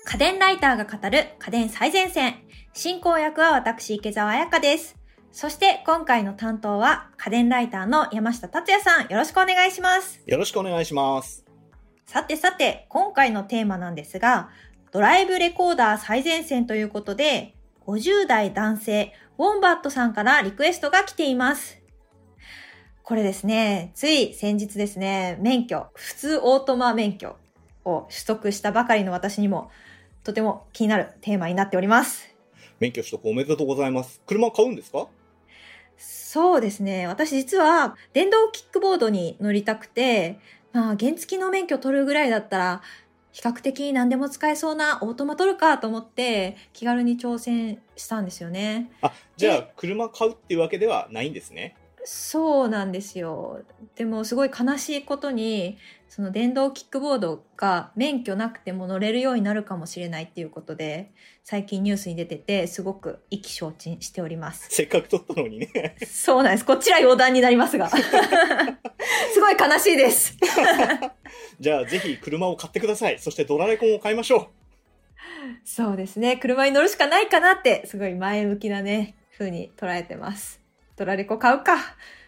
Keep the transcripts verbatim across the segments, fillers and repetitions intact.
家電ライターが語る家電最前線。進行役は私、池澤彩香です。そして今回の担当は家電ライターの山下達也さん。よろしくお願いします。 よろしくお願いします。 さてさて、今回のテーマなんですが、ドライブレコーダー最前線ということで、ごじゅう代男性、ウォンバットさんからリクエストが来ています。これですね、つい先日ですね、免許、普通オートマ免許を取得したばかりの私にも、とても気になるテーマになっております。 免許取得おめでとうございます。車買うんですか？ そうですね。私実は電動キックボードに乗りたくて、まあ原付の免許取るぐらいだったら比較的何でも使えそうなオートマ取るかと思って気軽に挑戦したんですよね。 あ、じゃあ車買うっていうわけではないんですね。 そうなんですよ。でもすごい悲しいことに、その電動キックボードが免許なくても乗れるようになるかもしれないっていうことで、最近ニュースに出てて、すごく意気消沈しております。 せっかく取ったのにね。 そうなんです。こちら余談になりますが。すごい悲しいです。 じゃあぜひ車を買ってください。そしてドラレコンを買いましょう。 そうですね。車に乗るしかないかなって、すごい前向きなね、風に捉えてます。ドラレコ買うか。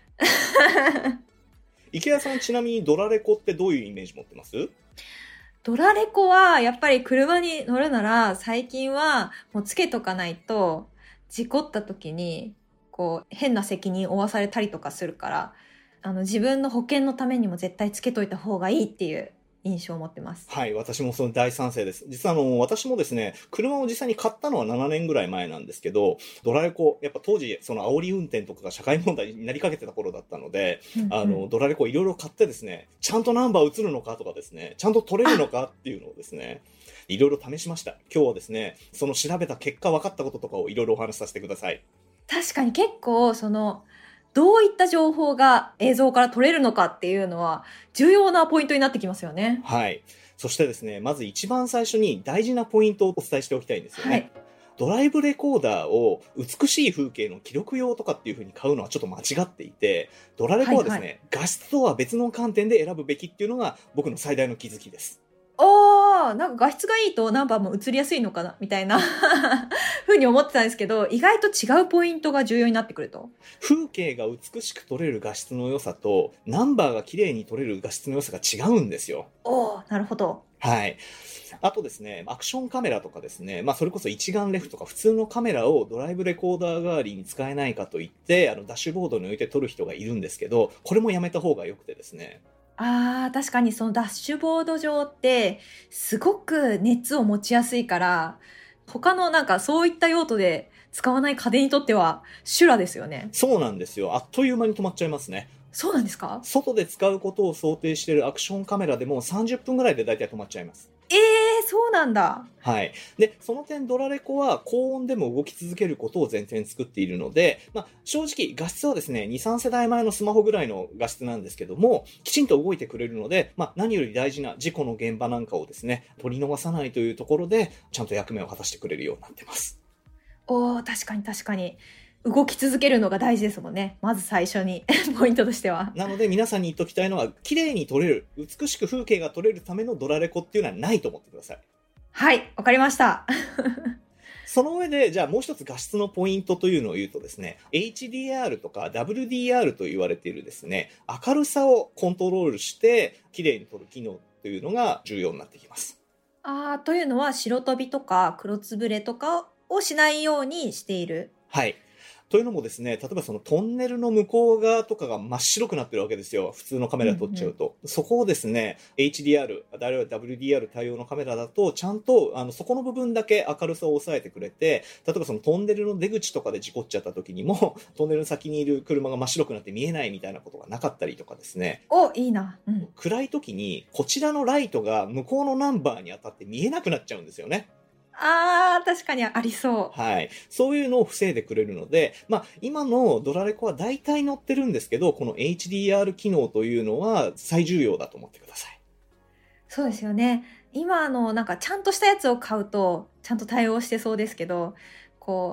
池谷さん、ちなみにドラレコってどういうイメージ持ってます？ ドラレコはやっぱり車に乗るなら最近はもうつけとかないと事故った時にこう変な責任を負わされたりとかするから、あの自分の保険のためにも絶対つけといた方がいいっていう印象を持ってます。 はい、私もその大賛成です。実はあの、私もですね、車を実際に買ったのはななねんぐらい前なんですけど、ドラレコ、やっぱ当時、その煽り運転とかが社会問題になりかけてた頃だったので、うんうん、あの、ドラレコいろいろ買ってですね、ちゃんとナンバー映るのかとかですね、ちゃんと撮れるのかっていうのをですね、いろいろ試しました。今日はですね、その調べた結果分かったこととかをいろいろお話しさせてください。 確かに結構、その、どういった情報が映像から撮れるのかっていうのは重要なポイントになってきますよね。 はい。そしてですね、まず一番最初に大事なポイントをお伝えしておきたいんですよね。はい、ドライブレコーダーを美しい風景の記録用とかっていう風に買うのはちょっと間違っていて、ドラレコはですね、はいはい、画質とは別の観点で選ぶべきっていうのが僕の最大の気づきです。 ああ、なんか画質がいいとナンバーも映りやすいのかなみたいな風に思ってたんですけど、意外と違うポイントが重要になってくると。 風景が美しく撮れる画質の良さとナンバーが綺麗に撮れる画質の良さが違うんですよ。 おー、なるほど。 はい。あとですね、アクションカメラとかですね、まあそれこそ一眼レフとか普通のカメラをドライブレコーダー代わりに使えないかといって、あのダッシュボードに置いて撮る人がいるんですけど、これもやめた方が良くてですね。 ああ、確かにそのダッシュボード上ってすごく熱を持ちやすいから、他のなんかそういった用途で使わない家電にとっては修羅ですよね。 そうなんですよ。あっという間に止まっちゃいますね。 そうなんですか？ 外で使うことを想定しているアクションカメラでもさんじゅっぷんぐらいでだいたい止まっちゃいます。 ええー、そうなんだ。 はい。で、その点ドラレコは高温でも動き続けることを前提に作っているので、まあ、正直画質はですね、に、さん世代前のスマホぐらいの画質なんですけども、きちんと動いてくれるので、まあ、何より大事な事故の現場なんかをですね、取り逃さないというところで、ちゃんと役目を果たしてくれるようになってます。 おー、確かに確かに。動き続けるのが大事ですもんね。まず最初に、ポイントとしては。 なので皆さんに言っときたいのは、綺麗に撮れる、美しく風景が撮れるためのドラレコっていうのはないと思ってください。 はい、わかりました。 その上で、じゃあもう一つ画質のポイントというのを言うとですね、エイチディーアール とか ダブリューディーアール と言われているですね、明るさをコントロールして綺麗に撮る機能というのが重要になってきます。 あー、というのは白飛びとか黒つぶれとかをしないようにしている。 はい。というのもですね、例えばそのトンネルの向こう側とかが真っ白くなってるわけですよ。普通のカメラで撮っちゃうと。うんうん、そこをですね、エイチディーアール、あるいは ダブリューディーアール 対応のカメラだと、ちゃんとあのそこの部分だけ明るさを抑えてくれて、例えばそのトンネルの出口とかで事故っちゃった時にも、トンネルの先にいる車が真っ白くなって見えないみたいなことがなかったりとかですね。 お、いいな。 うん、暗い時に、こちらのライトが向こうのナンバーに当たって見えなくなっちゃうんですよね。 あー、確かにありそう。 はい。そういうのを防いでくれるので、まあ、今のドラレコは大体載ってるんですけど、この エイチディーアール 機能というのは最重要だと思ってください。 そうですよね。今のなんかちゃんとしたやつを買うと、ちゃんと対応してそうですけど、こう、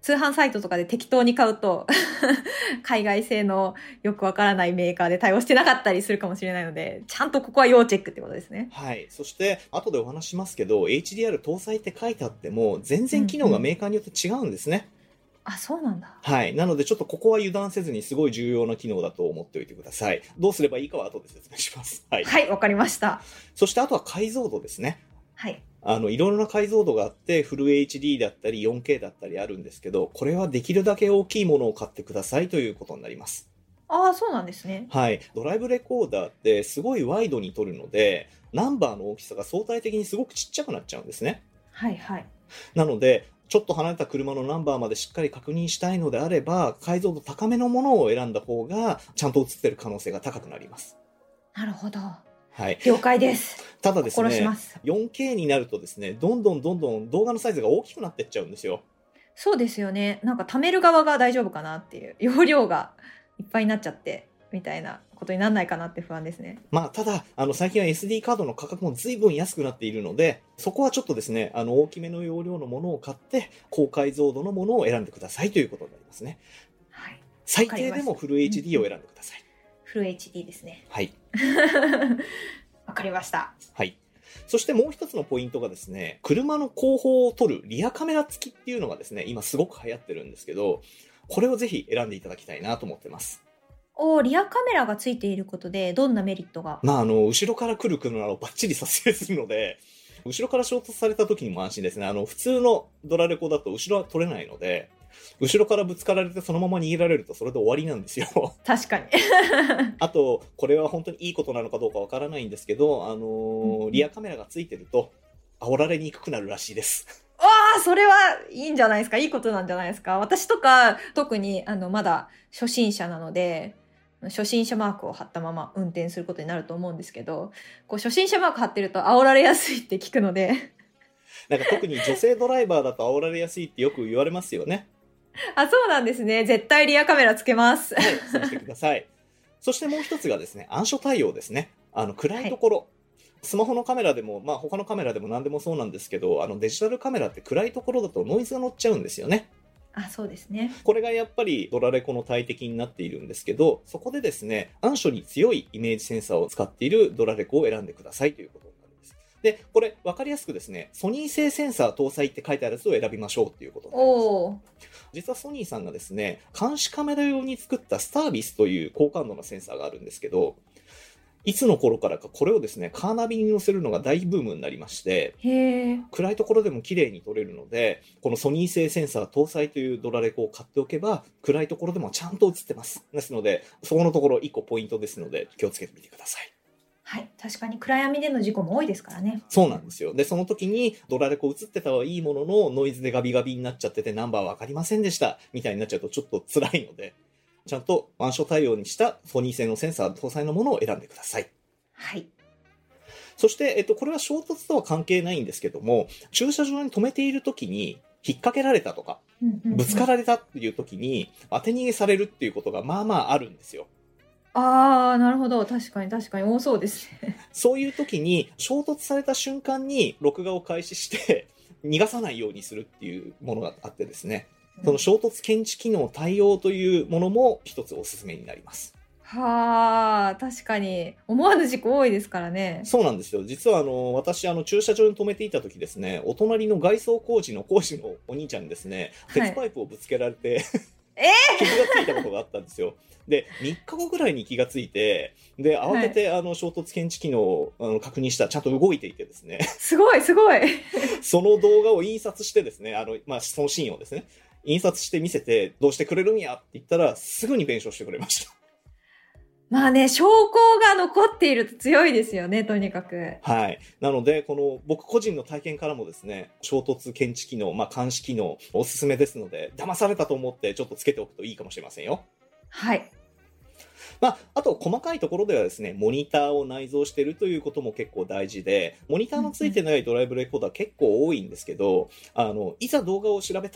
通販サイトとかで適当に買うと海外製のよくわからないメーカーで対応してなかったりするかもしれないので、ちゃんとここは要チェックってことですね。 はい。そして後でお話しますけど エイチディーアール 搭載って書いてあっても全然機能がメーカーによって違うんですね。 うんうん、あ、そうなんだ。 はい。なのでちょっとここは油断せずにすごい重要な機能だと思っておいてください。どうすればいいかは後で説明します。はい。 はい、わかりました。 そしてあとは解像度ですね。 はい。 あの、いろいろな解像度があって、フル エイチディー だったり よんケー だったりあるんですけど、これはできるだけ大きいものを買ってくださいということになります。 ああ、そうなんですね。 はい。ドライブレコーダーってすごいワイドに撮るので、ナンバーの大きさが相対的にすごくちっちゃくなっちゃうんですね。 はいはい。 なので、ちょっと離れた車のナンバーまでしっかり確認したいのであれば、解像度高めのものを選んだ方が、ちゃんと映ってる可能性が高くなります。 なるほど。 はい。 了解です。 ただですね、 よんケー になるとですね、どんどんどんどん動画のサイズが大きくなっていっちゃうんですよ。 そうですよね。なんか貯める側が大丈夫かなっていう、容量がいっぱいになっちゃってみたいなことにならないかなって不安ですね。 まあ、ただあの最近は エスディー カードの価格も随分安くなっているので、そこはちょっとですね、あの大きめの容量のものを買って高解像度のものを選んでくださいということになりますね。 はい。 最低でもフル エイチディー を選んでください。 フル エイチディー ですね。 はい。 わかりました。 はい。そしてもう一つのポイントがですね、車の後方を撮るリアカメラ付きっていうのがですね、今すごく流行ってるんですけど、これをぜひ選んでいただきたいなと思ってます。 おー、リアカメラが付いていることでどんなメリットが？ まあ、あの、後ろから来る車をバッチリ撮影するので、後ろから衝突された時にも安心ですね。あの、普通のドラレコだと後ろは撮れないので、後ろからぶつかられてそのまま逃げられるとそれで終わりなんですよ。 確かに。あと、これは本当にいいことなのかどうかわからないんですけど、あのー、リアカメラがついてると煽られにくくなるらしいです。 わあ、それはいいんじゃないですか。いいことなんじゃないですか。私とか特にあのまだ初心者なので、初心者マークを貼ったまま運転することになると思うんですけど、こう初心者マーク貼ってると煽られやすいって聞くので。 なんか特に女性ドライバーだと煽られやすいってよく言われますよね。 あ、そうなんですね。絶対リアカメラつけます。 はい、そうしてください。そしてもう一つがですね、暗所対応ですね。あの、暗いところ。はい、スマホのカメラでも、まあ他のカメラでも何でもそうなんですけど、あのデジタルカメラって暗いところだとノイズが乗っちゃうんですよね。 あ、そうですね。 これがやっぱりドラレコの大敵になっているんですけど、そこでですね、暗所に強いイメージセンサーを使っているドラレコを選んでくださいということになるんです。で、これ分かりやすくですね、ソニー製センサー搭載って書いてあるやつを選びましょうっていうことになります。お実はソニーさんがですね、監視カメラ用に作ったスタービスという高感度なセンサーがあるんですけど、いつの頃からかこれをですね、カーナビに載せるのが大ブームになりまして、へ暗いところでも綺麗に撮れるので、このソニー製センサー搭載というドラレコを買っておけば、暗いところでもちゃんと映ってます。ですので、そこのところいっこポイントですので、気をつけてみてください。 はい。確かに暗闇での事故も多いですからね。 そうなんですよ。で、その時にドラレコ映ってたはいいものの、ノイズでガビガビになっちゃっててナンバーわかりませんでした。みたいになっちゃうとちょっと辛いので、ちゃんと暗所対応にしたソニー製のセンサー搭載のものを選んでください。 はい。 そして、えっと、これは衝突とは関係ないんですけども、駐車場に止めている時に引っ掛けられたとか、ぶつかられたっていう時に当て逃げされるっていうことがまあまああるんですよ。 ああ、なるほど。確かに確かに多そうですね。 そういう時に衝突された瞬間に録画を開始して逃がさないようにするっていうものがあってですね、その衝突検知機能対応というものも一つおすすめになります。 はあ、確かに思わぬ事故多いですからね。 そうなんですよ。実はあの私あの駐車場に止めていた時ですね、お隣の外装工事の工事のお兄ちゃんにですね、鉄パイプをぶつけられて、はい、傷がついたことがあったんですよ。で、みっかごぐらいに気がついて、で、慌てて、はい、あの衝突検知機能をあの確認したらちゃんと動いていてですね。 すごいすごい。 その動画を印刷してですね、あのまあそのシーンをですね、印刷して見せてどうしてくれるんやって言ったらすぐに弁償してくれました。 まあね、証拠が残っていると強いですよね、とにかく。 はい。なので、この僕個人の体験からもですね、衝突検知機能、まあ監視機能、おすすめですので、騙されたと思ってちょっとつけておくといいかもしれませんよ。 はい。 まあ、あと細かいところではですね、モニターを内蔵しているということも結構大事で、モニターのついてないドライブレコーダー結構多いんですけど、あの、いざ動画を調べたいって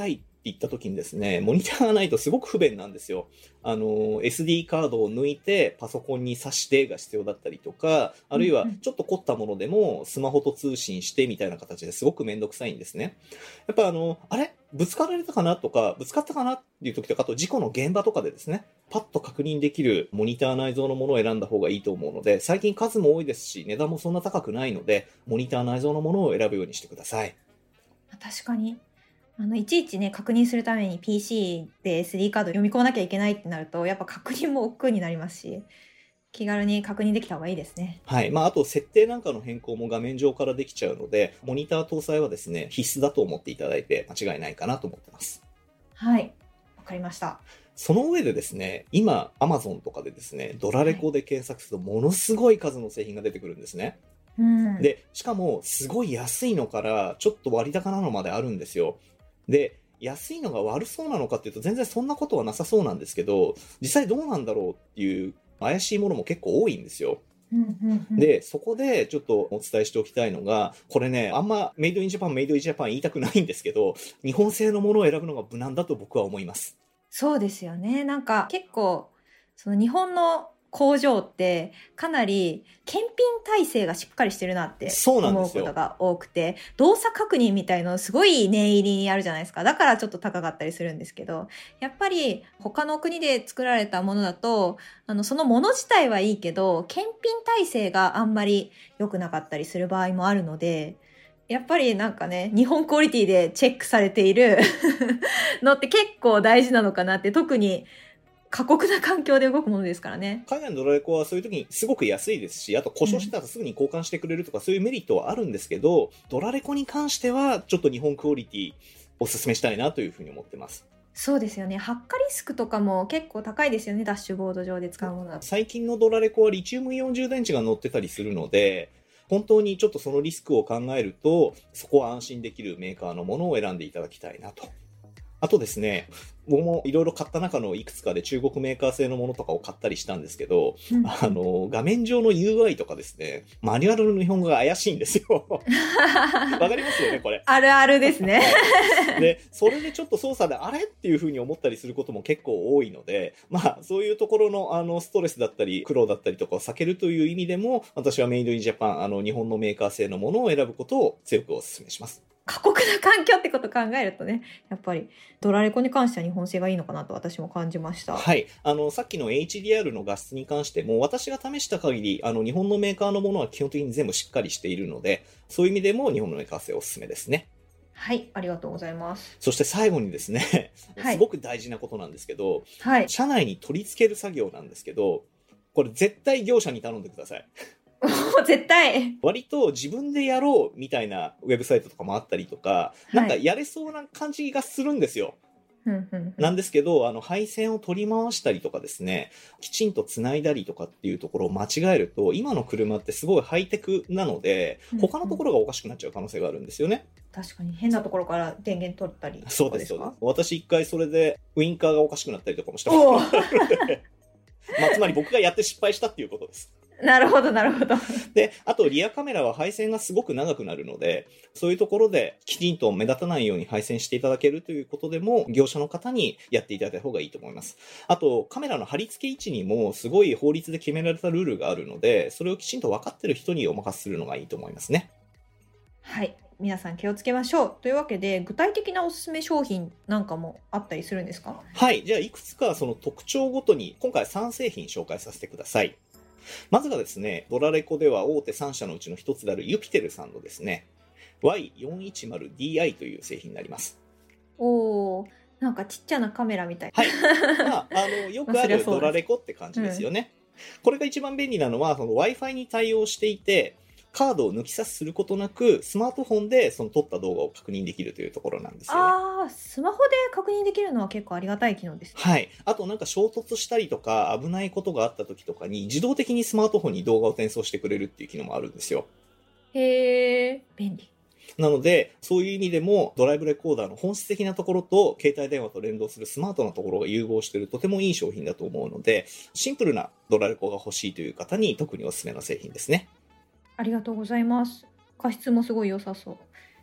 言った時にですね、モニターがないとすごく不便なんですよ。あの、エスディー カードを抜いてパソコンに挿してが必要だったりとか、あるいはちょっと凝ったものでもスマホと通信してみたいな形ですごくめんどくさいんですね。やっぱあの、あれぶつかられたかなとか、ぶつかったかなっていう時とか、あと事故の現場とかでですね、パッと確認できるモニター内蔵のものを選んだ方がいいと思うので、最近数も多いですし、値段もそんな高くないので、モニター内蔵のものを選ぶようにしてください。 確かに。あのいちいちね確認するために ピーシー で エスディー カード読み込まなきゃいけないってなるとやっぱ確認も億劫になりますし、気軽に確認できた方がいいですね。 はい。まあ、あと設定なんかの変更も画面上からできちゃうので、モニター搭載はですね、必須だと思っていただいて間違いないかなと思ってます。 はい。わかりました。 その上でですね、今 Amazon とかでですね、ドラレコで検索するとものすごい数の製品が出てくるんですね。 うん、 で、しかもすごい安いのからちょっと割高なのまであるんですよ。で、安いのが悪そうなのかっていうと全然そんなことはなさそうなんですけど、実際どうなんだろうっていう怪しいものも結構多いんですよ。 うんうんうん、 で、そこでちょっとお伝えしておきたいのが、これね、あんまメイドインジャパン、メイドインジャパン言いたくないんですけど、日本製のものを選ぶのが無難だと僕は思います。 そうですよね。なんか結構その日本の工場ってかなり検品体制がしっかりしてるなって思うことが多くて、動作確認みたいのすごい念入りにやるじゃないですか。だからちょっと高かったりするんですけど、やっぱり他の国で作られたものだと、あのそのもの自体はいいけど検品体制があんまり良くなかったりする場合もあるので、やっぱりなんかね、日本クオリティでチェックされているのって結構大事なのかなって、特に過酷な環境で動くものですからね。 海外のドラレコはそういう時にすごく安いですし、あと故障してたらすぐに交換してくれるとか、うん、そういうメリットはあるんですけど、ドラレコに関してはちょっと日本クオリティお勧めしたいなというふうに思ってます。 そうですよね。発火リスクとかも結構高いですよね、ダッシュボード上で使うものだと。 最近のドラレコはリチウムイオン充電池が載ってたりするので、本当にちょっとそのリスクを考えると、そこは安心できるメーカーのものを選んでいただきたいなと。あとですね、僕もいろいろ買った中のいくつかで中国メーカー製のものとかを買ったりしたんですけど、うん、あの、画面上の ユーアイ とかですね、マニュアルの日本語が怪しいんですよ。わかりますよね、これ。 あるあるですね。 で、それでちょっと操作であれっていう風に思ったりすることも結構多いので、まあ、そういうところのあの、ストレスだったり、苦労だったりとかを避けるという意味でも、私はメイドインジャパン、あの、日本のメーカー製のものを選ぶことを強くお勧めします。 過酷な環境ってことを考えるとね、やっぱりドラレコに関しては日本製がいいのかなと私も感じました。 はい。あの、さっきの エイチディーアール の画質に関しても、私が試した限り、あの、日本のメーカーのものは基本的に全部しっかりしているので、そういう意味でも日本のメーカー製おすすめですね。 はい、ありがとうございます。 そして最後にですね、すごく大事なことなんですけど、 はい、 車内に取り付ける作業なんですけど、これ絶対業者に頼んでください。 絶対割と自分でやろうみたいなウェブサイトとかもあったりとか、はい、なんかやれそうな感じがするんですよ。なんですけど、あの配線を取り回したりとかですね、きちんと繋いだりとかっていうところを間違えると、今の車ってすごいハイテクなので、他のところがおかしくなっちゃう可能性があるんですよね。 確かに変なところから電源取ったりとかですか？ そうですそうです。私一回それでウインカーがおかしくなったりとかもしたことがあるので、まあつまり僕がやって失敗したっていうことです。 なるほど、なるほど。 で、あとリアカメラは配線がすごく長くなるので、そういうところできちんと目立たないように配線していただけるということでも、業者の方にやっていただいた方がいいと思います。あと、カメラの貼り付け位置にもすごい法律で決められたルールがあるので、それをきちんと分かっている人にお任せするのがいいと思いますね。 はい。皆さん気をつけましょう。というわけで、具体的なおすすめ商品なんかもあったりするんですか？ はい。じゃあ、いくつかその特徴ごとに、今回さん製品紹介させてください。まずがですね、ドラレコでは大手さん社のうちの一つであるユピテルさんのですね、ワイよんひゃくじゅうディーアイ という製品になります。 おー、なんかちっちゃなカメラみたい。 はい。まあ、あの、よくあるドラレコって感じですよね。うん、これが一番便利なのは、その Wi-Fi に対応していて、カードを抜き差しすることなく、スマートフォンでその撮った動画を確認できるというところなんですよね。 ああ、スマホで確認できるのは結構ありがたい機能ですね。 はい。あとなんか衝突したりとか危ないことがあった時とかに自動的にスマートフォンに動画を転送してくれるっていう機能もあるんですよ。 へー、便利。 なので、そういう意味でもドライブレコーダーの本質的なところと携帯電話と連動するスマートなところが融合しているとてもいい商品だと思うので、シンプルなドラレコが欲しいという方に特におすすめの製品ですね。 ありがとうございます。画質もすごい良さそう。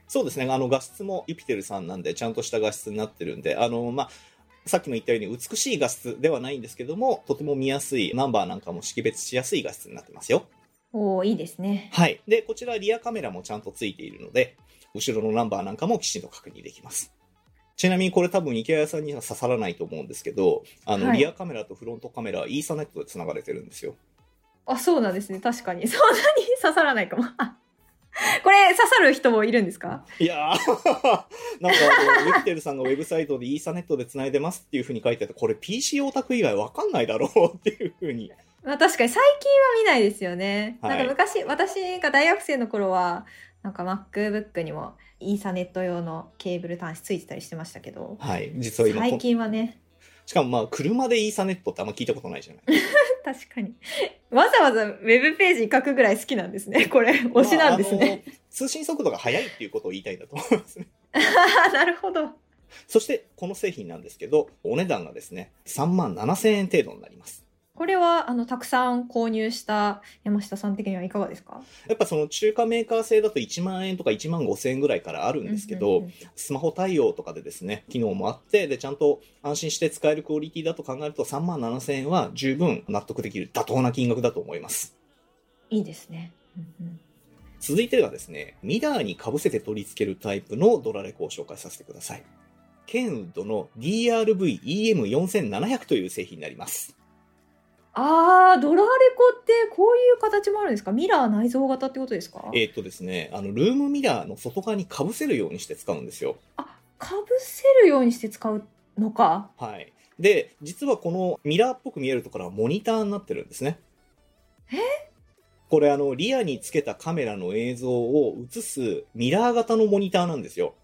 そうですね。あの画質もユピテルさんなんでちゃんとした画質になってるんで、あの、まあ、さっきも言ったように美しい画質ではないんですけども、とても見やすい、ナンバーなんかも識別しやすい画質になってますよ。 おー、いいですね。 はい。で、こちらリアカメラもちゃんとついているので、後ろのナンバーなんかもきちんと確認できます。ちなみにこれ多分 IKEA さんには刺さらないと思うんですけど、あの、 はい、 リアカメラとフロントカメラはイーサネットで繋がれてるんですよ。 あ、そうなんですね。確かに。そんなに刺さらないかも。これ刺さる人もいるんですか？ いやーなんかあのユピテルさんがウェブサイトでイーサネットで繋いでますっていう風に書いてあって、これ ピーシー オタク以外わかんないだろうっていう風に。 まあ、確かに最近は見ないですよね。 はい、 なんか昔、私が大学生の頃は、なんか MacBook にもイーサネット用のケーブル端子ついてたりしてましたけど、 はい、実は今最近はね。 しかもまあ車でイーサネットってあんま聞いたことないじゃない確かに。わざわざウェブページに書くぐらい好きなんですね。これ、推しなんですね。 まあ、通信速度が速いっていうことを言いたいんだと思いますね。 なるほど。 そしてこの製品なんですけど、お値段がですね、さんまんななせんえん程度になります。 これは、あの、たくさん購入した山下さん的にはいかがですか？ やっぱその中華メーカー製だといちまんえんとかいちまんごせんえんぐらいからあるんですけど、うんうんうん、スマホ対応とかでですね、機能もあって、で、ちゃんと安心して使えるクオリティだと考えるとさんまんななせんえんは十分納得できる妥当な金額だと思います。 いいですね。うんうん、 続いてはですね、ミラーに被せて取り付けるタイプのドラレコを紹介させてください。ケンウッドの ディーアールブイイーエムよんせんななひゃく という製品になります。 あー、ドラレコってこういう形もあるんですか？ミラー内蔵型ってことですか？ えーっとですね、あの、ルームミラーの外側に被せるようにして使うんですよ。 あ、被せるようにして使うのか。 はい。で、実はこのミラーっぽく見えるところはモニターになってるんですね。 え？ これあの、リアにつけたカメラの映像を映すミラー型のモニターなんですよ。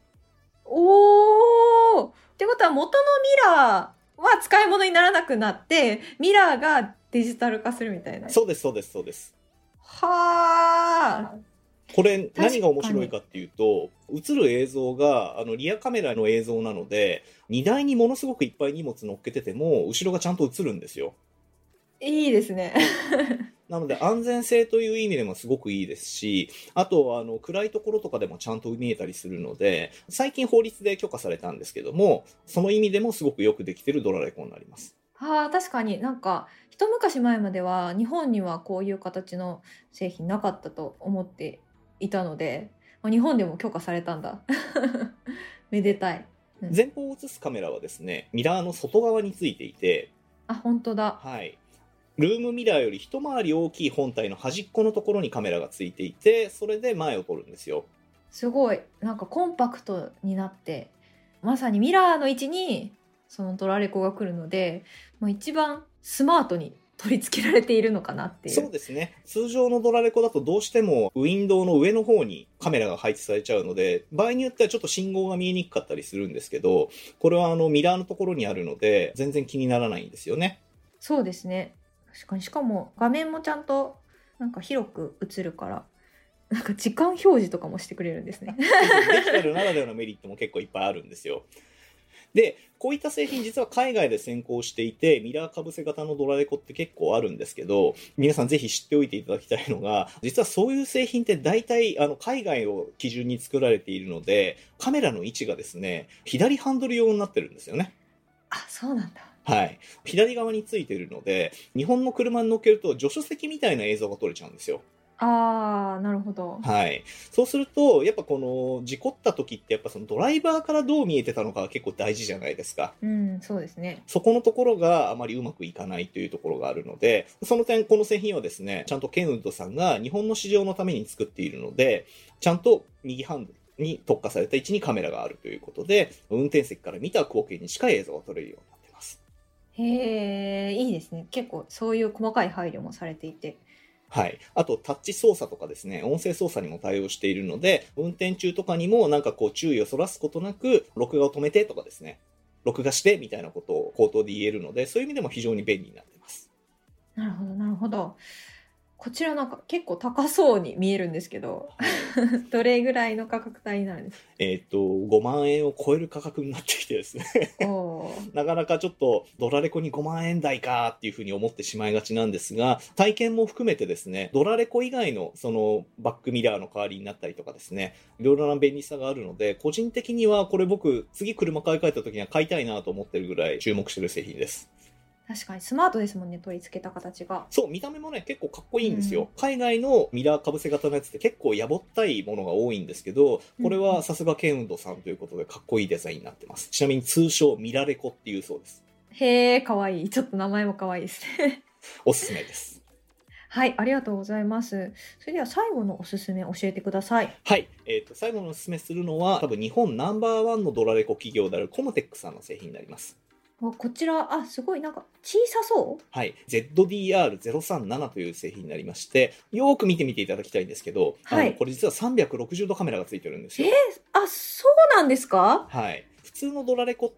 おー。ってことは元のミラーは使い物にならなくなって、ミラーがデジタル化するみたいな。 そうです、そうです、そうです。 はー。 これ何が面白いかっていうと、映る映像があのリアカメラの映像なので、荷台にものすごくいっぱい荷物乗っけてても、後ろがちゃんと映るんですよ。 いいですね。 なので安全性という意味でもすごくいいですし、あとあの暗いところとかでもちゃんと見えたりするので、最近法律で許可されたんですけども、その意味でもすごくよくできているドラレコになります。 ああ、確かになんか一昔前までは日本にはこういう形の製品なかったと思っていたので、日本でも許可されたんだ。めでたい、 うん、前方を映すカメラはですね、ミラーの外側についていて、 あ、本当だ。 はい。ルームミラーより一回り大きい本体の端っこのところにカメラがついていて、それで前を撮るんですよ。 すごいなんかコンパクトになって、まさにミラーの位置にそのドラレコが来るので、もう一番スマートに取り付けられているのかなっていう。 そうですね。通常のドラレコだとどうしてもウィンドウの上の方にカメラが配置されちゃうので、場合によってはちょっと信号が見えにくかったりするんですけど、これはあのミラーのところにあるので全然気にならないんですよね。 そうですね。確かに。しかも画面もちゃんとなんか広く映るから、なんか時間表示とかもしてくれるんですね。 デジタルならではのメリットも結構いっぱいあるんですよ。で、こういった製品実は海外で先行していて、ミラーかぶせ型のドラレコって結構あるんですけど、皆さんぜひ知っておいていただきたいのが、実はそういう製品って大体あの海外を基準に作られているので、カメラの位置がですね、左ハンドル用になってるんですよね。 あ、そうなんだ。 はい。左側についているので、日本の車に乗っけると助手席みたいな映像が撮れちゃうんですよ。 あー、なるほど。 はい。そうすると、やっぱこの事故った時ってやっぱそのドライバーからどう見えてたのかが結構大事じゃないですか。 うん、そうですね。 そこのところがあまりうまくいかないというところがあるので、その点この製品はですね、ちゃんとケンウッドさんが日本の市場のために作っているので、ちゃんと右ハンドルに特化された位置にカメラがあるということで、運転席から見た光景に近い映像が撮れるようになっています。 へー、いいですね。結構そういう細かい配慮もされていて。 はい。あと、タッチ操作とかですね、音声操作にも対応しているので、運転中とかにもなんかこう注意をそらすことなく、録画を止めてとかですね、録画してみたいなことを口頭で言えるので、そういう意味でも非常に便利になっています。 なるほど、なるほど。 こちらなんか結構高そうに見えるんですけど、はい、どれぐらいの価格帯になるんですか？ えっと、ごまんえんを超える価格になってきてですねなかなかちょっとドラレコにごまんえん台かっていうふうに思ってしまいがちなんですが、体験も含めてですね、ドラレコ以外のそのバックミラーの代わりになったりとかですね、いろいろな便利さがあるので、個人的にはこれ僕、次車買い替えた時には買いたいなと思ってるぐらい注目してる製品です。 確かにスマートですもんね、取り付けた形が。 そう、見た目もね、結構かっこいいんですよ。うん、海外のミラーかぶせ型のやつって結構やぼったいものが多いんですけど、これはさすがケンウンドさんということでかっこいいデザインになってます。ちなみに通称ミラレコっていうそうです。 へー、かわいい。ちょっと名前もかわいいですね。 おすすめです。 はい、ありがとうございます。それでは最後のおすすめ教えてください。 はい、えーと、最後のおすすめするのは、多分日本ナンバーワンのドラレコ企業であるコムテックさんの製品になります。 こちら、あ、すごいなんか小さそう。 はい。ゼットディーアールゼロさんなな という製品になりまして、よーく見てみていただきたいんですけど、はい、あのこれ実はさんびゃくろくじゅうどカメラがついてるんですよ。 えー、あ、そうなんですか？ はい。普通のドラレコって、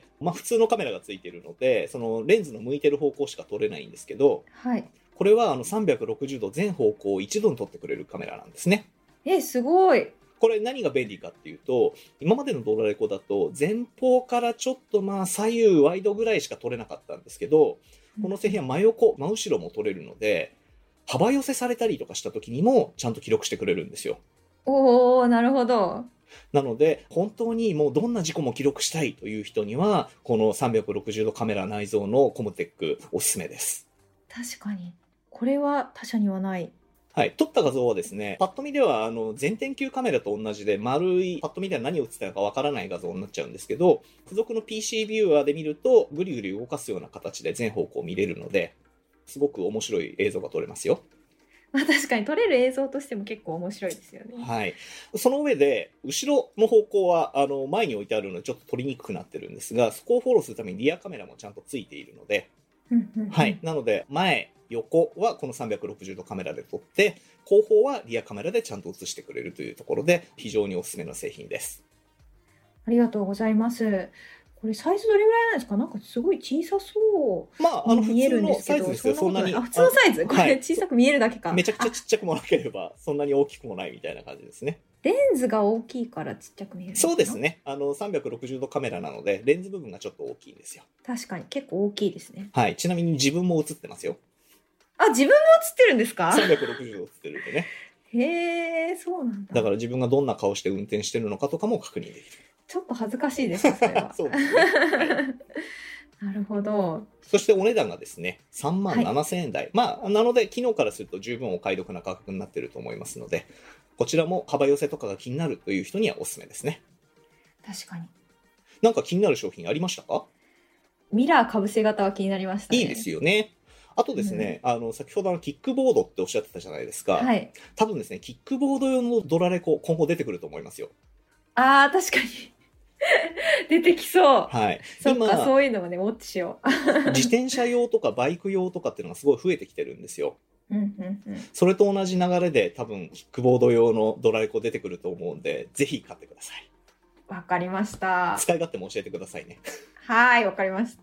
まあ普通のカメラがついてるので、そのレンズの向いてる方向しか撮れないんですけど、 はい。 これはあのさんびゃくろくじゅうど全方向を一度に撮ってくれるカメラなんですね。 え、すごい。 これ何が便利かっていうと、今までのドラレコだと前方からちょっとまあ左右ワイドぐらいしか撮れなかったんですけど、この製品は真横、真後ろも撮れるので、幅寄せされたりとかした時にもちゃんと記録してくれるんですよ。 おー、なるほど。 なので、本当にもうどんな事故も記録したいという人には、このさんびゃくろくじゅうどカメラ内蔵のコムテックおすすめです。 確かに。これは他社にはない。 はい。撮った画像はですね、パッと見では、あの、全天球カメラと同じで、丸い、パッと見では何を映ってたのかわからない画像になっちゃうんですけど、付属の ピーシー ビューアーで見ると、ぐりぐり動かすような形で全方向見れるので、すごく面白い映像が撮れますよ。 まあ確かに撮れる映像としても結構面白いですよね。はい。 その上で、後ろの方向は、あの、前に置いてあるのでちょっと撮りにくくなってるんですが、そこをフォローするためにリアカメラもちゃんとついているので、はい。なので、前、横はこのさんびゃくろくじゅうどカメラで撮って、後方はリアカメラでちゃんと映してくれるというところで、非常におすすめの製品です。 ありがとうございます。これサイズどれぐらいなんですか？なんかすごい小さそうまあ、あの普通のサイズですよ。そんなに。 あ、普通のサイズ？これ小さく見えるだけか。 めちゃくちゃちっちゃくもなければ、そんなに大きくもないみたいな感じですね。 レンズが大きいからちっちゃく見える。 そうですね。あの、さんびゃくろくじゅうどカメラなので、レンズ部分がちょっと大きいんですよ。 確かに、結構大きいですね。 はい。ちなみに自分も映ってますよ。 あ、自分も映ってるんですか？ さんびゃくろくじゅうど映ってるんでね。 へえ、そうなんだ。 だから自分がどんな顔して運転してるのかとかも確認できる。 ちょっと恥ずかしいですね、それは。 そうですね。はい、 なるほど。 そしてお値段がですね、さんまんななせんえん台。はい、まあ、なので、機能からすると十分お買い得な価格になっていると思いますので、こちらも幅寄せとかが気になるという人にはおすすめですね。 確かに。 なんか気になる商品ありましたか？ ミラーかぶせ型は気になりましたね。 いいですよね。あとですね、うん、あの、先ほどのキックボードっておっしゃってたじゃないですか。はい。多分ですね、キックボード用のドラレコ、今後出てくると思いますよ。 ああ、確かに。出てきそう。 はい。 そっか、そういうのもね、ウォッチしよう。自転車用とかバイク用とかっていうのがすごい増えてきてるんですよ。 うんうんうん、 それと同じ流れで多分、キックボード用のドラレコ出てくると思うんで、ぜひ買ってください。 わかりました。 使い勝手も教えてくださいね。 はい、わかりました。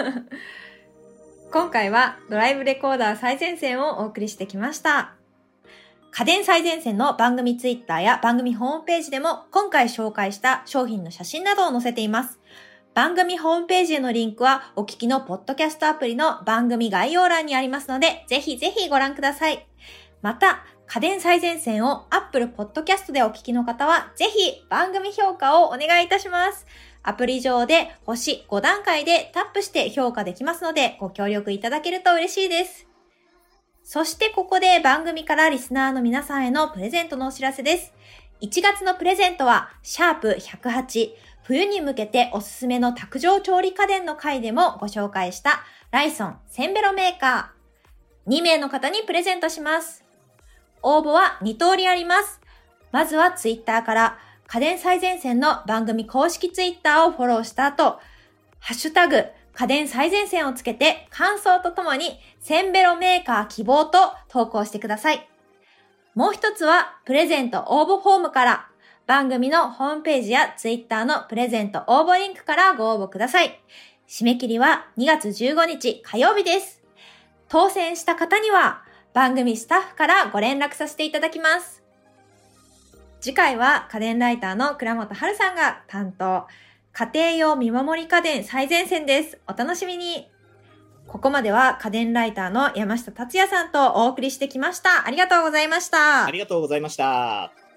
今回はドライブレコーダー最前線をお送りしてきました。家電最前線の番組ツイッターや番組ホームページでも今回紹介した商品の写真などを載せています。番組ホームページへのリンクはお聞きのポッドキャストアプリの番組概要欄にありますので、ぜひぜひご覧ください。また、家電最前線を Apple Podcast でお聞きの方は、ぜひ番組評価をお願いいたします。アプリ上で星ご段階でタップして評価できますので、ご協力いただけると嬉しいです。そしてここで番組からリスナーの皆さんへのプレゼントのお知らせです。いちがつのプレゼントは、シャープひゃくはち、冬に向けておすすめの卓上調理家電の回でもご紹介したライソンセンベロメーカー。にめいの方にプレゼントします。応募はに通りあります。まずはツイッターから家電最前線の番組公式ツイッターをフォローした後、ハッシュタグ家電最前線をつけて感想とともにセンベロメーカー希望と投稿してください。もう一つはプレゼント応募フォームから番組のホームページやツイッターのプレゼント応募リンクからご応募ください。締め切りはにがつじゅうごにち火曜日です。当選した方には番組スタッフからご連絡させていただきます。次回は家電ライターの倉本春さんが担当、家庭用見守り家電最前線です。お楽しみに。ここまでは家電ライターの山下達也さんとお送りしてきました。ありがとうございました。 ありがとうございました。